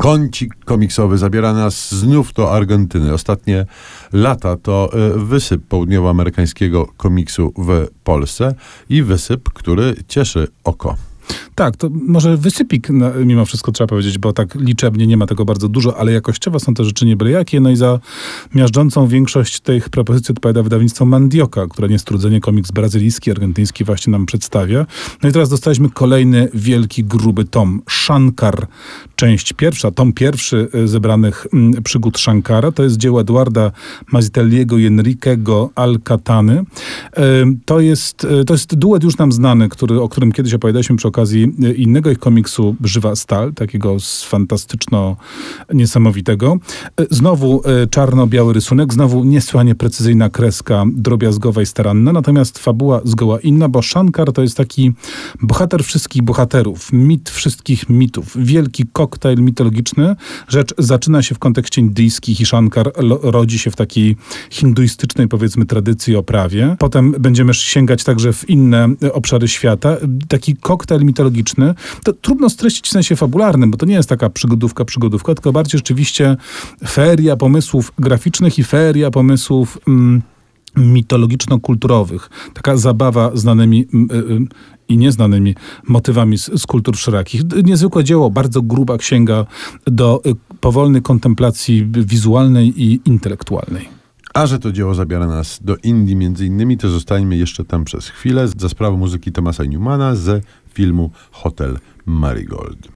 Kącik komiksowy zabiera nas znów do Argentyny. Ostatnie lata to wysyp południowoamerykańskiego komiksu w Polsce i wysyp, który cieszy oko. Tak, to może wysypik mimo wszystko trzeba powiedzieć, bo tak liczebnie nie ma tego bardzo dużo, ale jakościowo są te rzeczy nie byle jakie. No i za miażdżącą większość tych propozycji odpowiada wydawnictwo Mandioka, które niestrudzenie komiks brazylijski, argentyński właśnie nam przedstawia. No i teraz dostaliśmy kolejny wielki, gruby tom. Shankar, część pierwsza, tom pierwszy zebranych przygód Shankara. To jest dzieło Eduarda Mazitelliego i Enriquego Alcatany. To jest duet już nam znany, o którym kiedyś opowiadaliśmy przy okazji innego ich komiksu Żywa Stal, takiego fantastyczno niesamowitego. Znowu czarno-biały rysunek, znowu niesłychanie precyzyjna kreska, drobiazgowa i staranna, natomiast fabuła zgoła inna, bo Shankar to jest taki bohater wszystkich bohaterów, mit wszystkich mitów, wielki koktajl mitologiczny. Rzecz zaczyna się w kontekście indyjskim i Shankar rodzi się w takiej hinduistycznej, powiedzmy, tradycji, oprawie. Potem będziemy sięgać także w inne obszary świata. Taki koktajl mitologiczny, to trudno streścić w sensie fabularnym, bo to nie jest taka przygodówka, tylko bardziej rzeczywiście feria pomysłów graficznych i feria pomysłów mitologiczno-kulturowych. Taka zabawa znanymi i nieznanymi motywami z kultur szerokich. Niezwykłe dzieło, bardzo gruba księga do powolnej kontemplacji wizualnej i intelektualnej. A że to dzieło zabiera nas do Indii między innymi, to zostańmy jeszcze tam przez chwilę za sprawą muzyki Thomasa Newmana z filmu Hotel Marigold.